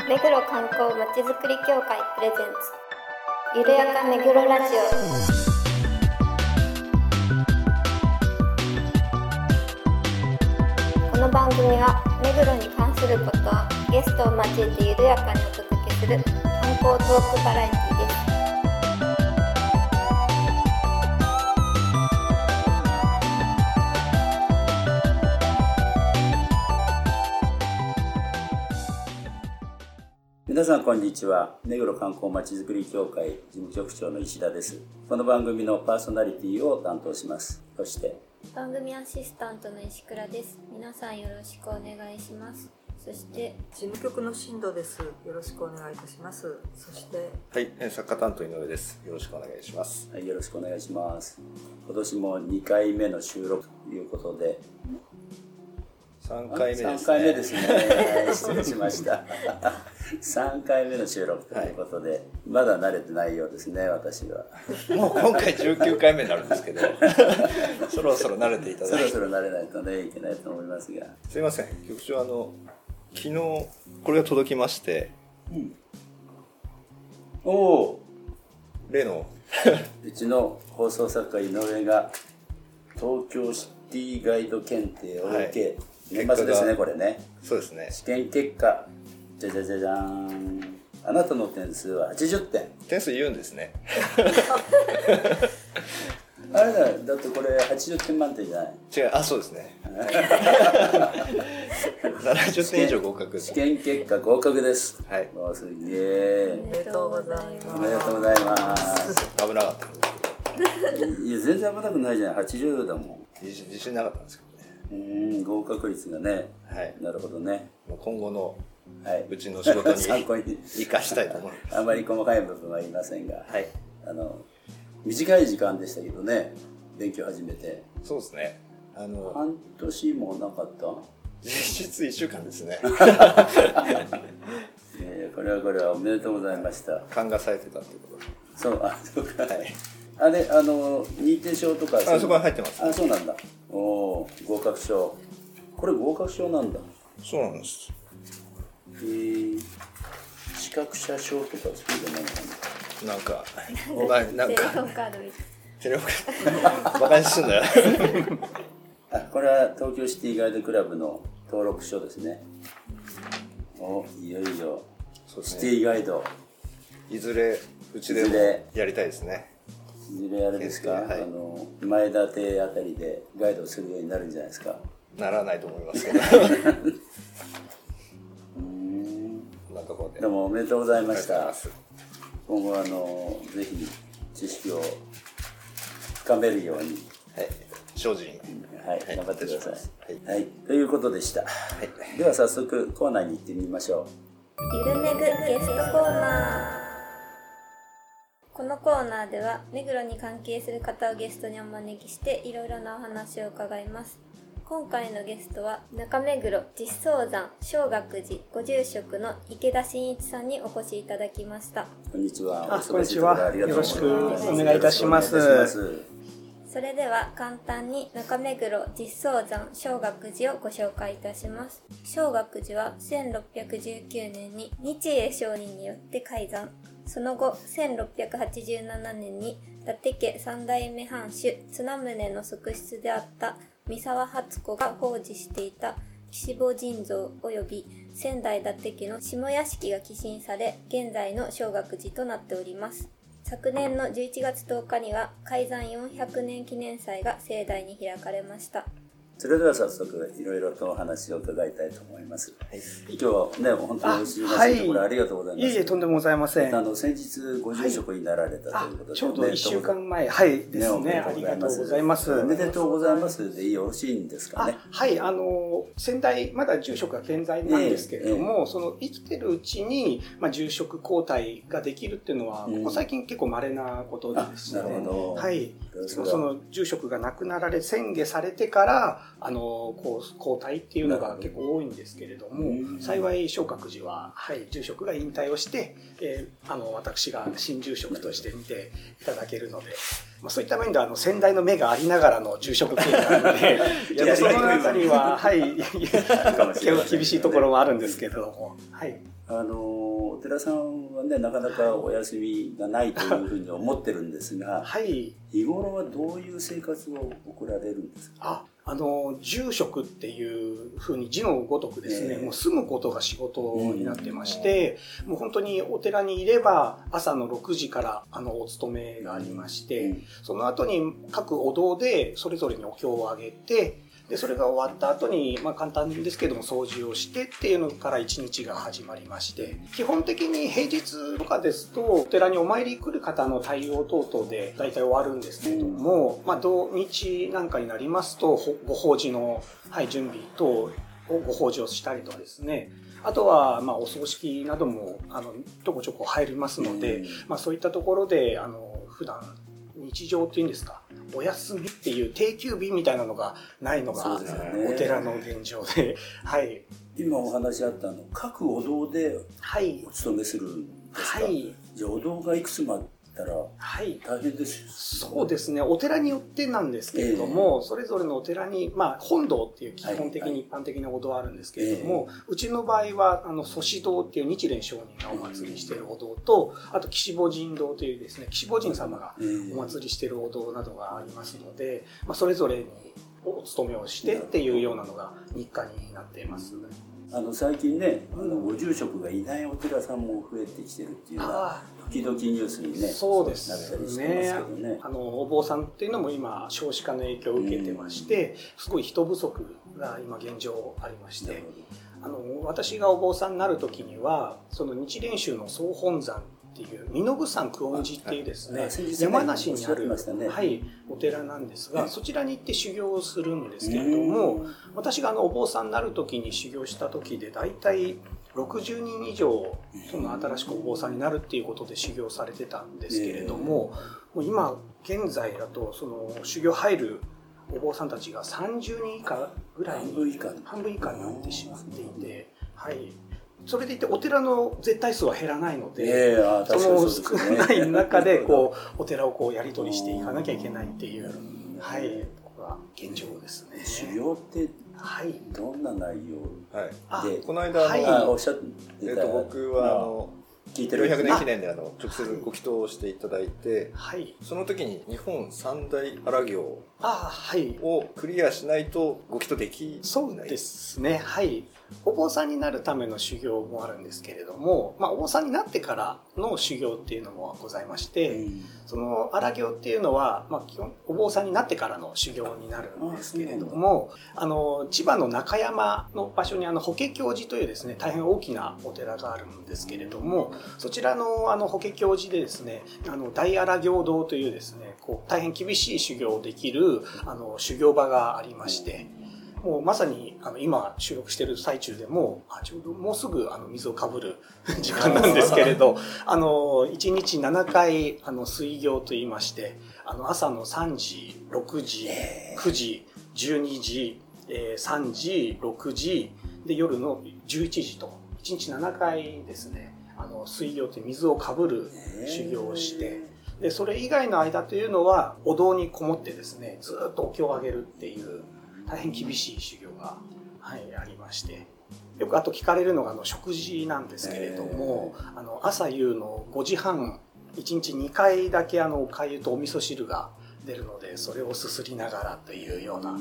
目黒観光まちづくり協会プレゼンツゆるやか目黒ラジオ。この番組は目黒に関することをゲストを交えてゆるやかにお届けする観光トークバラエティです。 皆さんこんにちは。目黒観光まちづくり協会事務局長の石田です。この番組のパーソナリティを担当します。そして番組アシスタントの石倉です。皆さんよろしくお願いします。そして事務局の進藤です。よろしくお願いいたします。そしてはい、作家担当井上です。よろしくお願いします。 はい、よろしくお願いします。今年も2回目の収録ということで 3回目ですね。 3回目ですね。失礼しました3回目の収録ということで、まだ慣れてないようですね、私は。 もう今回19回目になるんですけどそろそろ慣れていただいて、 そろそろ慣れないとねいけないと思いますが、 すいません局長、昨日これが届きまして、 おお例のうちの放送作家井上が東京シティガイド検定を受け、年末ですねこれね。 そうですね。 試験結果じゃじゃじゃじゃーん、あなたの点数は80点。 点数言うんですねあれだってこれ80点満点じゃない？ 違う、そうですね70点以上合格です。 試験結果合格です。 はい、 すげえ。 おめでとうございます。 おめでとうございます。 危なかったんですけど、 いや全然危なくないじゃん。80だもん。 自信なかったんですけどね。 合格率がね、 はい、 なるほどね。 今後のうちのはい、 仕事に参考に生かしたいと思いますあまり細かい部分は言いませんが、 はい、 短い時間でしたけどね、勉強始めて。 そうですね。 半年もなかった？ 実質1週間ですねこれはおめでとうございました。 勘がされてたっていうことで。 そうか、 はい、 あれ認定証とかそこに入ってます。 あ、そうなんだ。おー、合格証。これ合格証なんだ。 そうなんです。 資格者証とかそうじゃないのかな。なんかテレホンカードみたい。 テレホンカードバカにすんだよこれは東京シティガイドクラブの登録書ですね。いよいよシティガイド、 いずれうちでもやりたいですね。 いずれあれですか、 はい、 前田邸あたりでガイドをするようになるんじゃないですか。ならないと思いますけどでもおめでとうございました。今後ぜひ知識を深めるように、 はい、精進、 はい、頑張ってください。 はい、 ということでした。はい、では早速コーナーに行ってみましょう。ゆるめぐゲストコーナー。このコーナーでは目黒に関係する方をゲストにお招きしていろいろなお話を伺います。今回のゲストは中目黒実相山小学寺ご住職の池田真一さんにお越しいただきました。 こんにちは。 こんにちは。よろしくお願いいたします。 それでは簡単に中目黒実相山小学寺をご紹介いたします。小学寺は1619年に日英上人によって開山。その後1687年に伊達家三代目藩主綱宗の側室であった三沢初子が奉仕していた岸母神像及び仙台伊達家の下屋敷が寄進され、現在の小学寺となっております。昨年の11月10日には開山400年記念祭が盛大に開かれました。 それでは早速いろいろとお話を伺いたいと思います。はい、今日はね本当にお知らせのところありがとうございます。 いえいえ、とんでもございません。 先日ご住職になられたということで、 ちょうど1週間前、はいですね。ありがとうございます。 おめでとうございますでよろしいんですかね。 はい、先代まだ住職が健在なんですけれども、その生きてるうちに住職交代ができるっていうのはここ最近結構稀なことですね。 なるほど。 はい。その住職が亡くなられ宣言されてから交代っていうのが結構多いんですけれども、幸い小覚寺は、はい、住職が引退をして、私が新住職として見ていただけるので、そういった面では先代の目がありながらの住職経験なのでそのあたりは、はい、結構厳しいところもあるんですけれども、はい、 お寺さんはね、なかなかお休みがないというふうに思ってるんですが、 はい。 日頃はどういう生活を送られるんですか？ 住職っていうふうに字のごとくですね、もう住むことが仕事になってまして、もう本当にお寺にいれば朝の6時からお勤めがありまして、その後に各お堂でそれぞれにお経をあげて、で、それが終わった後に、簡単ですけども掃除をしてっていうのから一日が始まりまして、基本的に平日とかですと、お寺にお参り来る方の対応等々で大体終わるんですけれども、土日なんかになりますと、ご法事の、準備等をご法事をしたりとかですね、あとは、お葬式なども、ちょこちょこ入りますので、そういったところで、普段、日常っていうんですか、お休みっていう定休日みたいなのがないのが、お寺の現状で、はい。 今お話あった各お堂でお勤めするんですか？はい。じゃあお堂がいくつもあったら大変ですよね。 そうですね。お寺によってなんですけれども、それぞれのお寺に、本堂っていう基本的に一般的なお堂あるんですけれども、うちの場合は、祖師堂っていう日蓮上人がお祭りしているお堂と、あと岸母神堂というですね、岸母神様がお祭りしているお堂などがありますので、それぞれにお勤めをしてっていうようなのが日課になっています。 最近ね、ご住職がいないお寺さんも増えてきてるっていうのは、時々ニュースにね、 そうですなったりしてますけどね。 お坊さんっていうのも今、少子化の影響を受けてまして、すごい人不足が今現状ありまして、私がお坊さんになる時には、その日蓮宗の総本山っていう身延山久遠寺っていうですね、山梨にある、お寺なんですが、そちらに行って修行をするんですけれども、私がお坊さんになる時に修行した時で大体60人以上その新しくお坊さんになるっていうことで修行されてたんですけれども、もう今現在だとその修行入るお坊さんたちが30人以下ぐらいに半分以下になってしまっていて、はい。それでいてお寺の絶対数は減らないので、その少ない中でお寺をやり取りしていかなきゃいけないっていう、はい、ここが現状ですね。 修行ってどんな内容で、 この間おっしゃってた、 僕は400年記念で直接ご祈祷をしていただいて、その時に日本三大荒行をクリアしないとご祈祷できない。 そうですね。はい。お坊さんになるための修行もあるんですけれども、お坊さんになってからの修行っていうのもございまして、その荒行っていうのは、基本お坊さんになってからの修行になるんですけれども、千葉の中山の場所に法華経寺というですね、大変大きなお寺があるんですけれども、そちらの法華経寺でですね、大荒行堂というですね、大変厳しい修行をできる修行場がありまして、もうまさに今収録している最中でもちょうどもうすぐ水をかぶる時間なんですけれど1日7回水行といいまして朝の3時6時9時12時3時6時で夜の11時と1日7回ですね水行という水をかぶる修行をしてでそれ以外の間というのはお堂にこもってですねずっとお経をあげるっていう大変厳しい修行が、ありましてよくあと聞かれるのが食事なんですけれども朝夕の5時半1日2回だけお粥とお味噌汁が出るのでそれをすすりながらというような、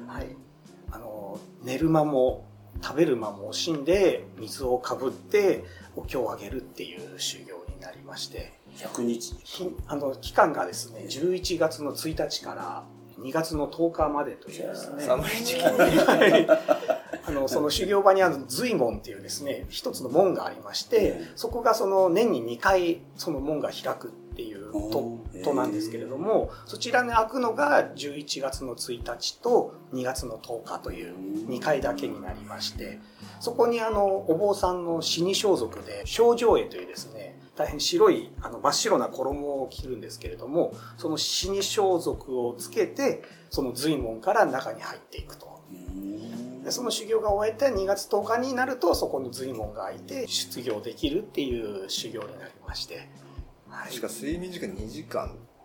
寝る間も食べる間も惜しんで水をかぶってお経をあげるっていう修行になりまして 100日期間がですね11月の1日から2月の10日までというですね。 寒い時期に。 その修行場に随門っていうですね、一つの門がありまして、そこが年に2回その門が開くっていうとなんですけれども、そちらに開くのが11月の1日と2月の10日という2回だけになりまして、そこにお坊さんの死に装束で、正定会というですね、大変白い真っ白な衣を着るんですけれどもその死に装束をつけてその随門から中に入っていくとでその修行が終えて2月10日になるとそこの随門が開いて出行できるっていう修行になりまして、 しか睡眠時間2時間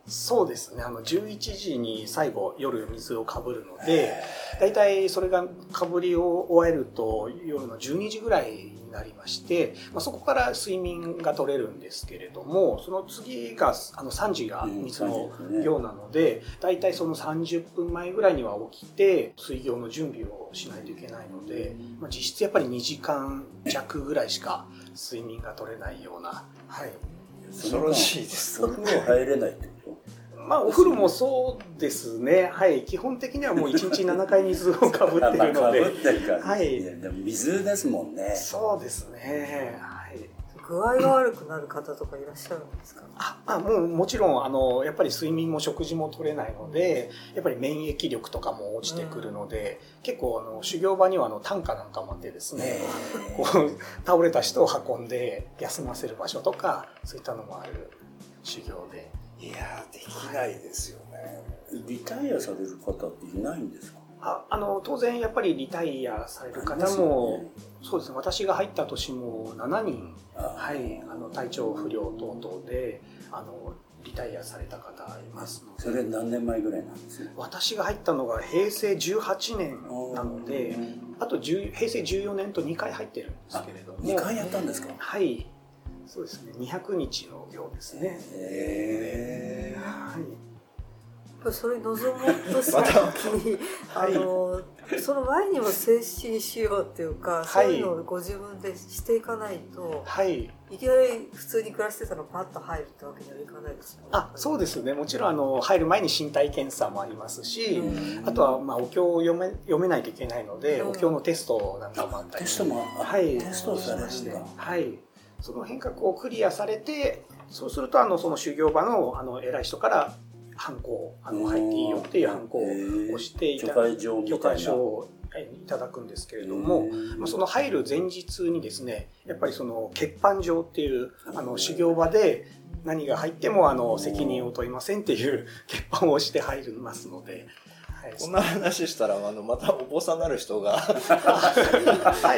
そうですね。11時に最後夜水をかぶるので、だいたいそれがかぶりを終えると夜の12時ぐらいになりまして、そこから睡眠が取れるんですけれども、その次が3時が水の行なので、だいたいその30分前ぐらいには起きて水行の準備をしないといけないので、実質やっぱり2時間弱ぐらいしか睡眠が取れないような、はい。 恐ろしいです。 お風呂入れないってこと？ お風呂もそうですね。はい。基本的にはもう1日7回水をかぶってるので。 かぶってるから。 はい。 でも水ですもんね。 そうですね。はい。 具合が悪くなる方とかいらっしゃるんですか？ もちろん、やっぱり睡眠も食事も取れないので、やっぱり免疫力とかも落ちてくるので、結構修行場には担架なんかもあってですね、こう、倒れた人を運んで休ませる場所とか、そういったのもある修行で。 いやできないですよね。 リタイアされる方っていないんですか？ 当然やっぱりリタイアされる方も、そうですね、私が入った年も7人、はい、体調不良等々でリタイアされた方いますので。 それ何年前ぐらいなんですか？ 私が入ったのが平成18年なので、あと平成14年と2回入ってるんですけれども。 2回やったんですか？ はい、そうですね、200日の行ですね。はい。 それ望もうとした時に、その前にも精神しようっていうか、そういうのをご自分でしていかないと、いきなり普通に暮らしてたのパッと入るってわけにはいかないですよね。 そうですね。もちろん入る前に身体検査もありますし、あとはお経を読めないといけないので、お経のテストなんかもあったり。 テストもテストされるんだ。 はい。その辺がクリアされて、そうするとその修行場の偉い人からハンコ入っていいよっていうハンコを押していただく、許可証をいただくんですけれども、その入る前日にですね、やっぱりその欠板状っていう修行場で何が入っても責任を問いませんっていう欠板を押して入りますので。 こんな話したらまたお坊さんになる人がはい。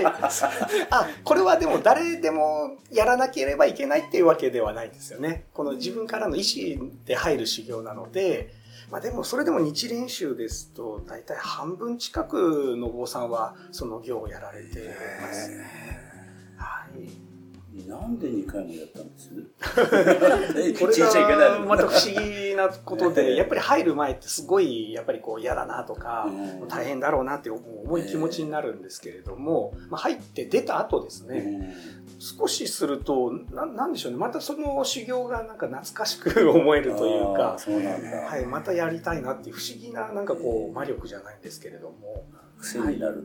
これはでも誰でもやらなければいけないっていうわけではないんですよね。この自分からの意思で入る修行なので、でもそれでも日蓮宗ですと大体半分近くのお坊さんはその行をやられていますね。はい。 なんで2回もやったんですこれがまた不思議なことで、やっぱり入る前ってすごいやっぱり嫌だなとか大変だろうなって重い気持ちになるんですけれども、入って出た後ですね、少しするとなんでしょうね、またその修行がなんか懐かしく思えるというか、はい、またやりたいなっていう不思議な魔力じゃないんですけれども。 癖になる。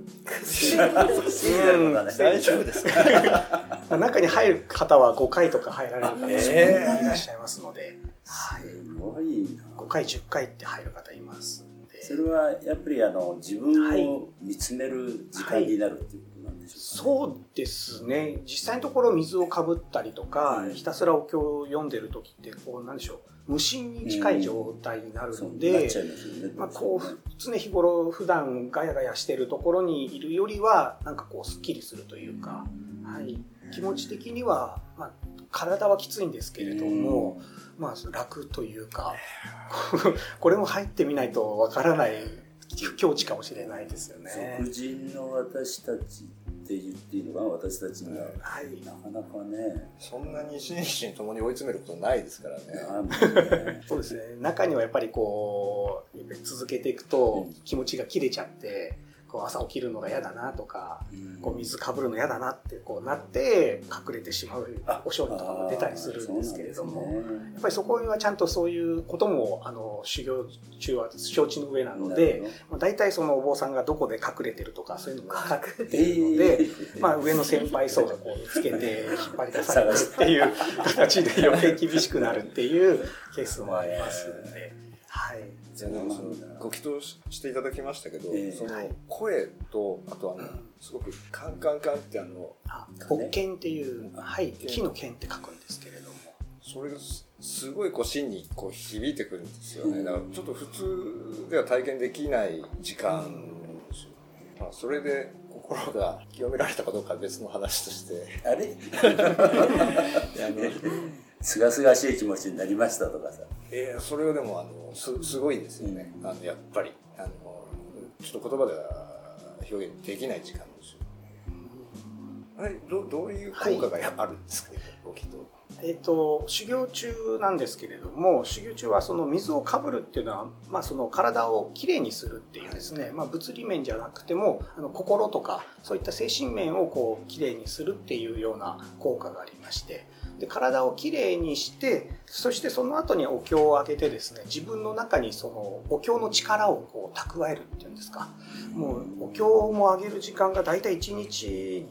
大丈夫ですか？中に入る方は5回とか入られる方もいらっしゃいますので、 すごいな。 5回10回って入る方いますので。 それはやっぱり自分を見つめる時間になるっていうことなんでしょうかね。 そうですね。実際のところ水をかぶったりとか、ひたすらお経を読んでる時ってなんでしょう、無心に近い状態になるので、常日頃普段ガヤガヤしてるところにいるよりはすっきりするというか、気持ち的には体はきついんですけれども、楽というか、これも入ってみないとわからない境地かもしれないですよね。 俗人の私たちって言っていいのかな、私たちが、なかなかね、 そんなに心身ともに追い詰めることないですからね。 そうですね。中にはやっぱり続けていくと気持ちが切れちゃって、朝起きるのが嫌だなとか、水かぶるの嫌だなってなって隠れてしまうお症状とかも出たりするんですけれども、やっぱりそこにはちゃんとそういうことも修行中は承知の上なので、大体そのお坊さんがどこで隠れてるとかそういうのも分かっているので、上の先輩層が見つけて引っ張り出されるっていう形で余計厳しくなるっていうケースもありますので。はい。 ご祈祷していただきましたけど、その声と、あとすごくカンカンカンって木剣っていう、木の剣って書くんですけれども、 それがすごい芯に響いてくるんですよね。だからちょっと普通では体験できない時間ですよね。それで心が清められたかどうかは別の話として、 すがすがしい気持ちになりましたとかさ。 それはでもすごいですよね。やっぱりちょっと言葉では表現できない時間ですよ。どういう効果があるんですかね、ご祈祷。 修行中なんですけれども、修行中はその水をかぶるっていうのは、その体をきれいにするっていうですね、物理面じゃなくても心とかそういった精神面をこうきれいにするっていうような効果がありまして、で体をきれいにして、そしてその後にお経をあげてですね、自分の中にそのお経の力をこう蓄えるっていうんですか。もうお経もあげる時間がだいたい1日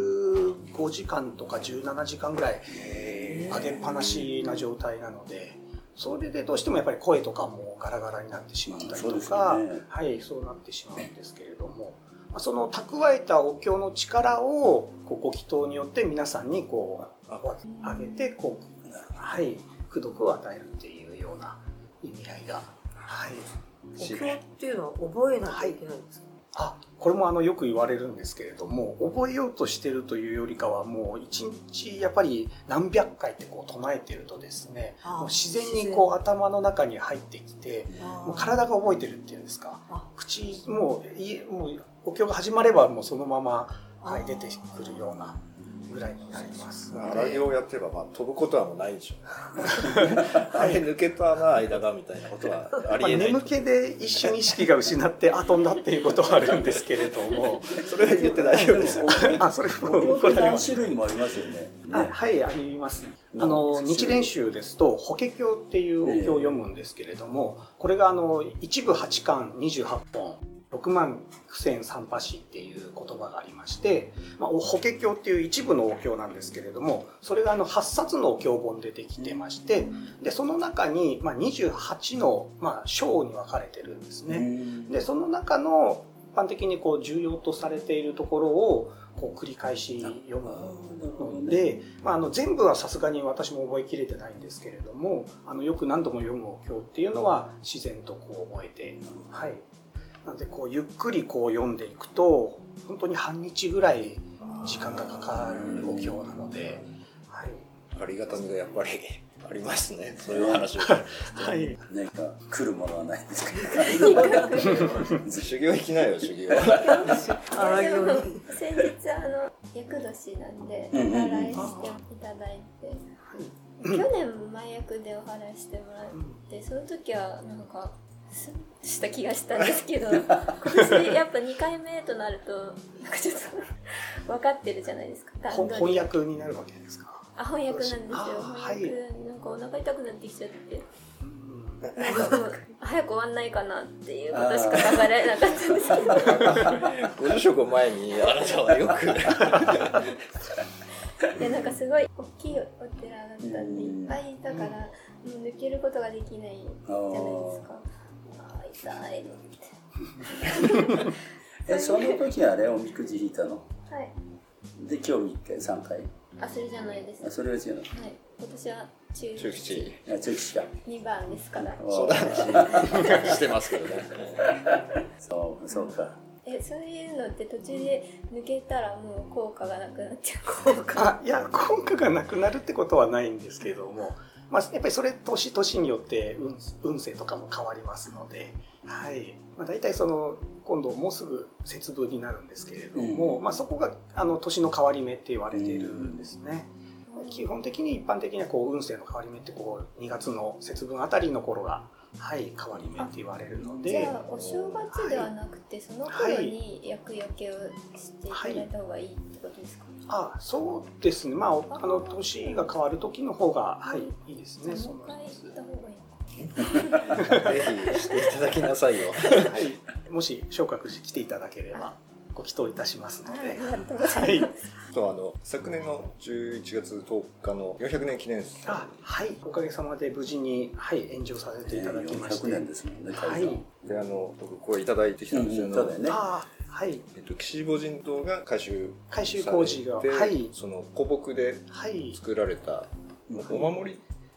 15時間とか17時間ぐらい上げっぱなしな状態なので、それでどうしてもやっぱり声とかもガラガラになってしまったりとか、そうなってしまうんですけれども、その蓄えたお経の力をご祈祷によって皆さんにこうあげて功徳を与えるっていうような意味合いが。 お経っていうのは覚えなきゃいけないんですか？ これもよく言われるんですけれども、覚えようとしてるというよりかは、もう一日やっぱり何百回ってこう唱えてるとですね、もう自然にこう頭の中に入ってきて、もう体が覚えてるっていうんですか、口もうお経が始まればもうそのまま出てくるようなぐらいになります。 荒行をやってれば飛ぶことはもうないでしょうね。抜けたな間がみたいなことはありえない。 眠気で一瞬意識が失って飛んだっていうことはあるんですけれども、 それは言って大丈夫です。 それも何種類もありますよね。 ありますね。日蓮宗ですと法華経っていうお経を読むんですけれども、これが一部八巻28本。6万九千三波詞っていう言葉がありまして、法華経っていう一部のお経なんですけれども、それが8冊のお経本でできてまして、でその中に28の章に分かれてるんですね。でその中の一般的にこう重要とされているところをこう繰り返し読むので、全部はさすがに私も覚えきれてないんですけれども、よく何度も読むお経っていうのは自然とこう覚えて、なのでこうゆっくりこう読んでいくと本当に半日ぐらい時間がかかるお経なので、 ありがたみがやっぱりありますね。そういう話を何か来るものはないですか？ 修行行きなよ、修行。 先日厄年なんでお祓いしていただいて、去年前役でお祓いしてもらって、その時はなんかスッした気がしたんですけど、今年やっぱ2回目となるとなんかちょっと分かってるじゃないですか。 翻訳になるわけですか？ 翻訳なんですよ。翻訳なんかお腹痛くなってきちゃって、なんかもう早く終わんないかなっていうことしか考えられなかったんですけど。 ご住職を前にあなたはよくでなんかすごい大きいお寺だったんでいっぱいいたから、抜けることができないじゃないですか。痛いってその時はおみくじ引いたの？ はい。 で今日3回。 それじゃないです。 それは違うの？はい。 今年は中吉か。 2番ですから。 そうだしてますけどね。 そうか。 そういうのって途中で抜けたらもう効果がなくなっちゃう。 いや効果がなくなるってことはないんですけれども、やっぱりそれ年々によって運勢とかも変わりますので、だいたい今度もうすぐ節分になるんですけれども、そこが年の変わり目って言われているんですね。基本的に一般的には運勢の変わり目って2月の節分あたりの頃が変わり目って言われるので、 じゃあお正月ではなくてその頃に厄除けをしていただいた方がいいってことですか？ そうですね。年が変わる時の方がいいですね。 もう一回行った方がいい。 ぜひしていただきなさいよ。 もし昇格寺来ていただければご祈祷いたしますので。 昨年の11月10日の400年記念祭。 おかげさまで無事に延長させていただきまして。 400年ですもんね。 で僕これいただいてきたんですよね。岸母神堂が改修工事がその古木で作られたお守りっ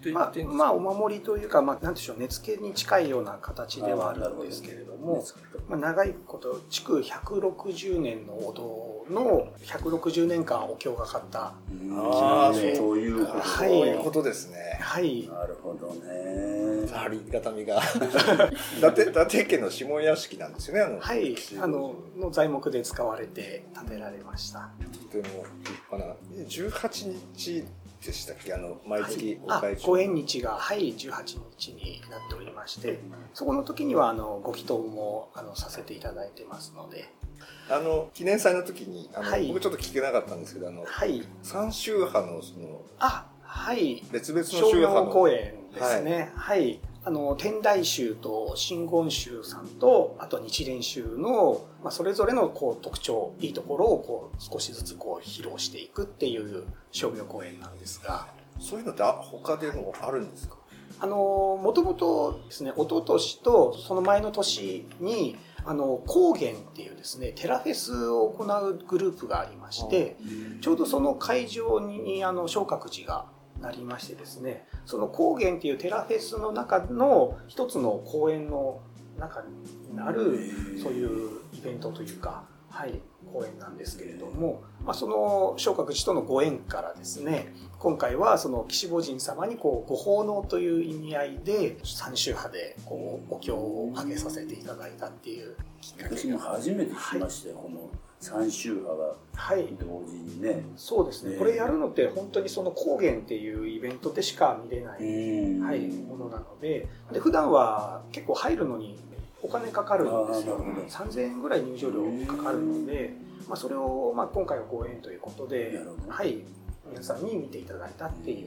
って言っていいんですか？ お守りというか、なんでしょう、根付に近いような形ではあるんですけれども、長いこと、築160年のお堂の160年間お経がかったそういうこと、 そういうことですね。 はい。 なるほどね。 ありがたみが。伊達家の下屋敷なんですよね。 はい。の材木で使われて建てられました。 とても立派な。18日でしたっけ、毎月ご縁日が、18日になっておりまして、そこの時にはご祈祷もさせていただいてますので、 記念祭の時に僕ちょっと聞けなかったんですけど、三宗派の別々の宗派の公演ですね。天台宗と真言宗さんと、あと日蓮宗の、それぞれの特徴、いいところを少しずつ披露していくっていう商業公演なんですが、 そういうのって他でもあるんですか？ もともとですね、一昨年とその前の年に高原っていうですね、テラフェスを行うグループがありまして、ちょうどその会場に正覚寺がなりましてですね、その高原っていうテラフェスの中の一つの公演の中になるそういうイベントというか、公演なんですけれども、その正覚寺とのご縁からですね、今回はその岸母神様にご奉納という意味合いで三宗派でお経をあげさせていただいたっていうきっかけが。 私も初めて聞きましたよ、この三宗派が同時にね。 そうですね。これやるのって本当にその高原っていうイベントでしか見れないものなので、普段は結構入るのにお金かかるんですよ。3000円ぐらい入場料かかるので、それを今回はご縁ということで、皆さんに見ていただいたっていう。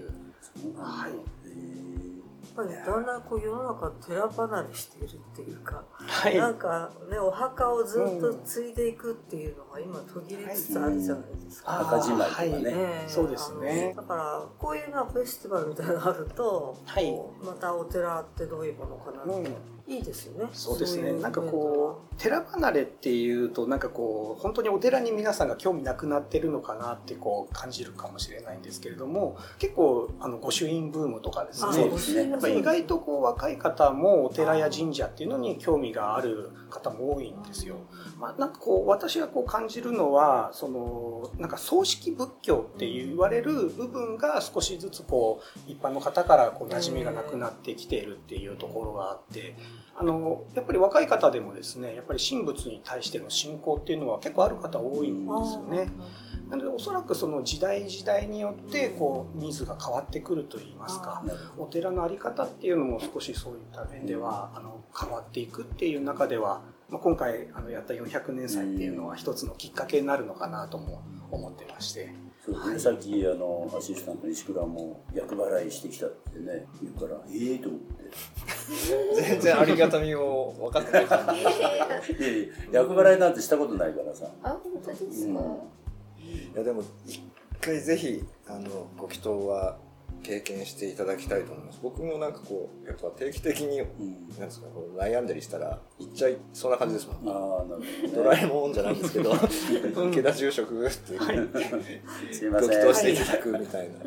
だんだん世の中寺離れしているっていうか、なんかね、お墓をずっと継いでいくっていうのが今途切れつつあるじゃないですか。 墓じまいとかね。 そうですね。 だからこういうフェスティバルみたいなのがあると、またお寺ってどういうものかなって。いいですよね。 そうですね。なんか寺離れっていうと、なんか本当にお寺に皆さんが興味なくなってるのかなって感じるかもしれないんですけれども、結構御朱印ブームとかですね。やっぱり意外と若い方もお寺や神社っていうのに興味がある方も多いんですよ。なんか私が感じるのは、なんか葬式仏教って言われる部分が少しずつ一般の方から馴染みがなくなってきているっていうところがあって、やっぱり若い方でもですね、やっぱり神仏に対しての信仰っていうのは結構ある方多いんですよね。なのでおそらくその時代時代によってニーズが変わってくるといいますか、お寺の在り方っていうのも少しそういった面では変わっていくっていう中では、今回やった400年祭っていうのは一つのきっかけになるのかなとも思ってまして。 さっきアシスタントの石倉も厄払いしてきたってね言うからと思って全然ありがたみを分かってない感じ厄払いなんてしたことないからさ。 本当ですか？ いやでも一回ぜひご祈祷は経験していただきたいと思います。僕もなんかやっぱ定期的に、なんですか、悩んだりしたら行っちゃいそうな感じですもん。 なるほどね。 ドラえもんじゃないんですけど池田住職ってすいませんご祈祷していただくみたいな。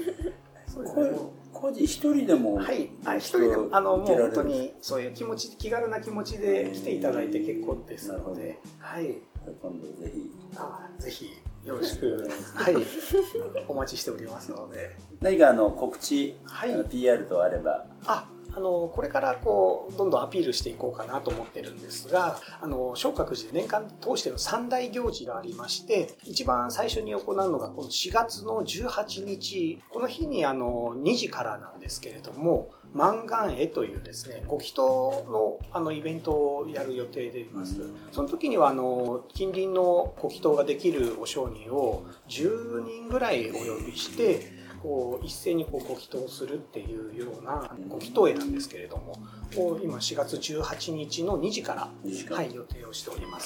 個人一人でも一人でももう本当にそういう気軽な気持ちで来ていただいて結構ですので、 今度ぜひよろしくお待ちしておりますので。 何か告知、PR とあれば。 これからどんどんアピールしていこうかなと思ってるんですが、正覚寺で年間通しての3大行事がありまして、一番最初に行うのがこの4月の18日、この日に2時からなんですけれども、満願会というですね、ご祈祷のイベントをやる予定でいます。その時には近隣のご祈祷ができるお上人を10人ぐらいお呼びして、一斉にご祈祷するっていうようなご祈祷会なんですけれども、今4月18日の2時から予定をしております。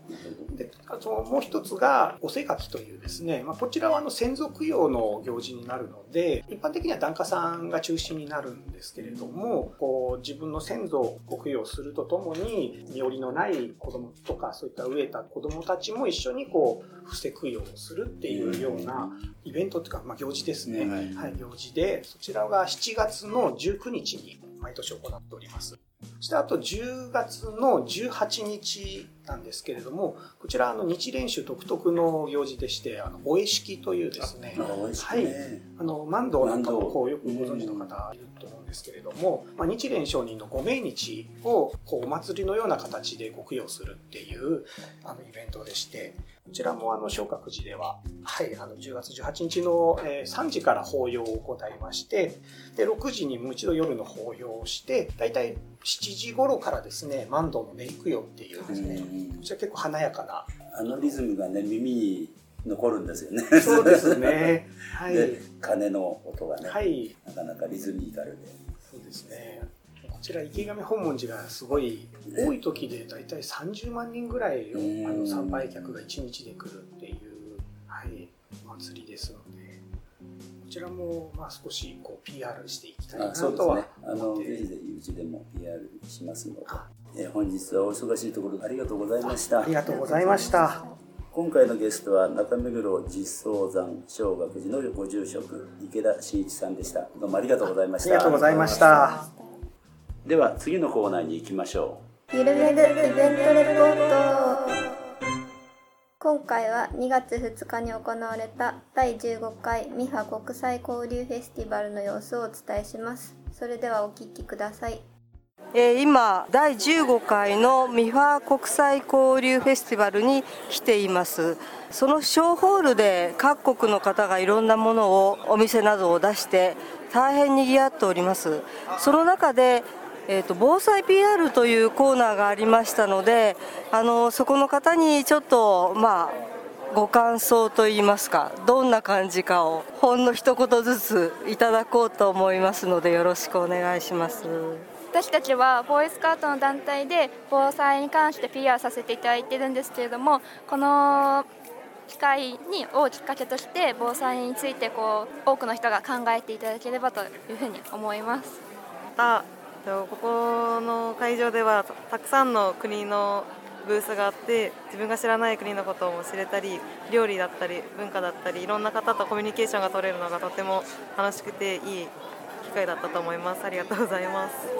で、あともう一つがおせがきというですね、こちらは先祖供養の行事になるので、一般的には檀家さんが中心になるんですけれども、自分の先祖を供養するとともに、身寄りのない子供とか、そういった飢えた子供たちも一緒に布施供養をするっていうようなイベントというか、行事ですね。はい、行事で、そちらが7月の19日に毎年行っております。そしてあと10月の18日なんですけれども、こちら日蓮宗独特の行事でして、お会式というですね、はい、万道なんかもよくご存知の方いると思うんですけれども、日蓮上人のご命日をお祭りのような形でご供養するっていうイベントでして、こちらも松鶴寺では、はい、10月18日の3時から法要を行いまして、で6時にもう一度夜の法要をして、だいたい7時頃からですね、万道の音供養っていうですね、こちら結構華やかなリズムがね、耳に残るんですよね。 そうですね。はい。 で、鐘の音がね、 はい、 なかなかリズミカルで。 そうですね。こちら池上本門寺がすごい多い時でだいたい30万人ぐらいの参拝客が1日で来るっていう、はい、祭りですので、こちらも少しPR していきたいなとは思って。 ぜひぜひうちでも PR しますので、本日はお忙しいところありがとうございました。 ありがとうございました。 今回のゲストは中目黒実相山小学寺のご住職池田真一さんでした。どうもありがとうございました。 ありがとうございました。 では次のコーナーに行きましょう。ゆるめぐイベントレポート。今回は2月2日に行われた第15回ミハ国際交流フェスティバルの様子をお伝えします。それではお聞きください。 今第15回のミファ国際交流フェスティバルに来ています。その小ホールで各国の方がいろんなものをお店などを出して大変にぎわっております。その中で防災 PR というコーナーがありましたので、そこの方にちょっとご感想といいますか、どんな感じかをほんの一言ずついただこうと思いますので、よろしくお願いします。 私たちはボーイスカウトの団体で防災に関して PR させていただいているんですけれども、この機会をきっかけとして防災について多くの人が考えていただければというふうに思います。 ここの会場ではたくさんの国のブースがあって、自分が知らない国のことも知れたり、料理だったり文化だったり、いろんな方とコミュニケーションが取れるのがとても楽しくていい機会だったと思います。ありがとうございます。よ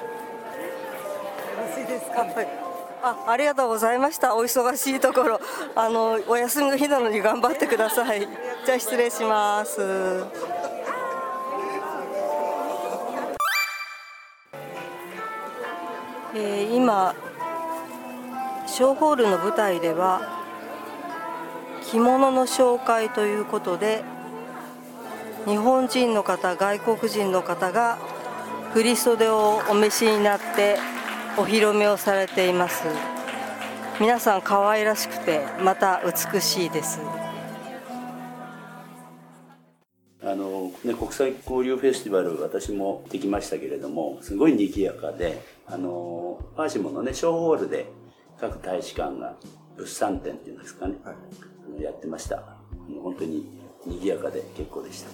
ろしいですか。はい、ありがとうございました。お忙しいところお休みの日なのに頑張ってください。じゃあ失礼します。今小ホールの舞台では着物の紹介ということで、日本人の方、外国人の方が振り袖をお召しになってお披露目をされています。皆さん可愛らしくてまた美しいです。 国際交流フェスティバル、私も行ってきましたけれども、すごい賑やかで、パーシモのね小ホールで各大使館が物産展っていうんですかね、やってました。本当に賑やかで結構でした。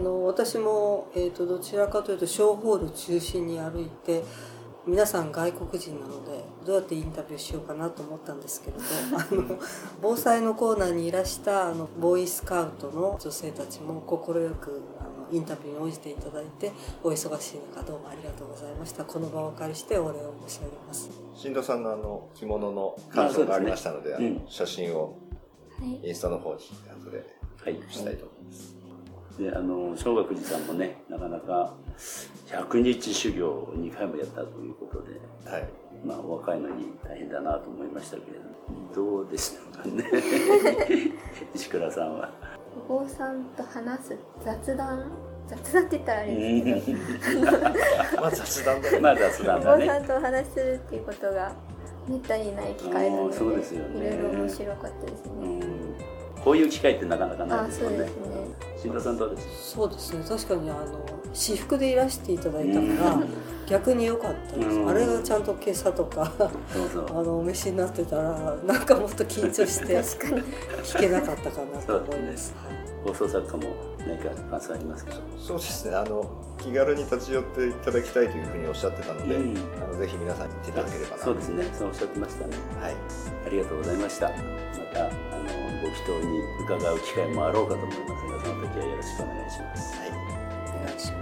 私も、どちらかというと小ホール中心に歩いて、皆さん外国人なのでどうやってインタビューしようかなと思ったんですけれど防災のコーナーにいらしたボーイスカウトの女性たちも快くインタビューに応じていただいて、お忙しい中どうもありがとうございました。この場をお借りしてお礼を申し上げます。 新藤さんの着物の感想がありましたので、写真をインスタの方に後でしたいと思います。 で小学寺さんもね、なかなか100日修行を2回もやったということで、お若いのに大変だなと思いましたけれども、どうでしたかね石倉さんは。 お坊さんと話す雑談って言ったらあれですけど雑談だね。 雑談だね。 お坊さんとお話しするっていうことがめったにない機会なので、いろいろ面白かったですね。 こういう機会ってなかなかないですもんね。新田さんどうですか？ そうですね、確かに私服でいらしていただいたから逆に良かったです。あれがちゃんと今朝とかお召しになってたらなんかもっと緊張して弾けなかったかなと思います。 放送作家も何か感想ありますか？ そうですね、気軽に立ち寄っていただきたいというふうにおっしゃってたので、ぜひ皆さんに行っていただければな。 そうですね、そうおっしゃってましたね。はい、ありがとうございました。またご祈祷に伺う機会もあろうかと思いますが、その時はよろしくお願いします。はい、 お願いします。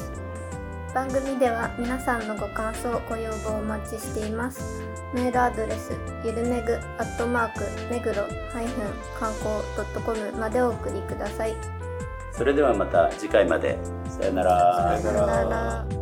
番組では皆さんのご感想ご要望をお待ちしています。メールアドレスゆるめぐ目黒観光.com までお送りください。 それではまた次回まで。さよなら。 さよなら。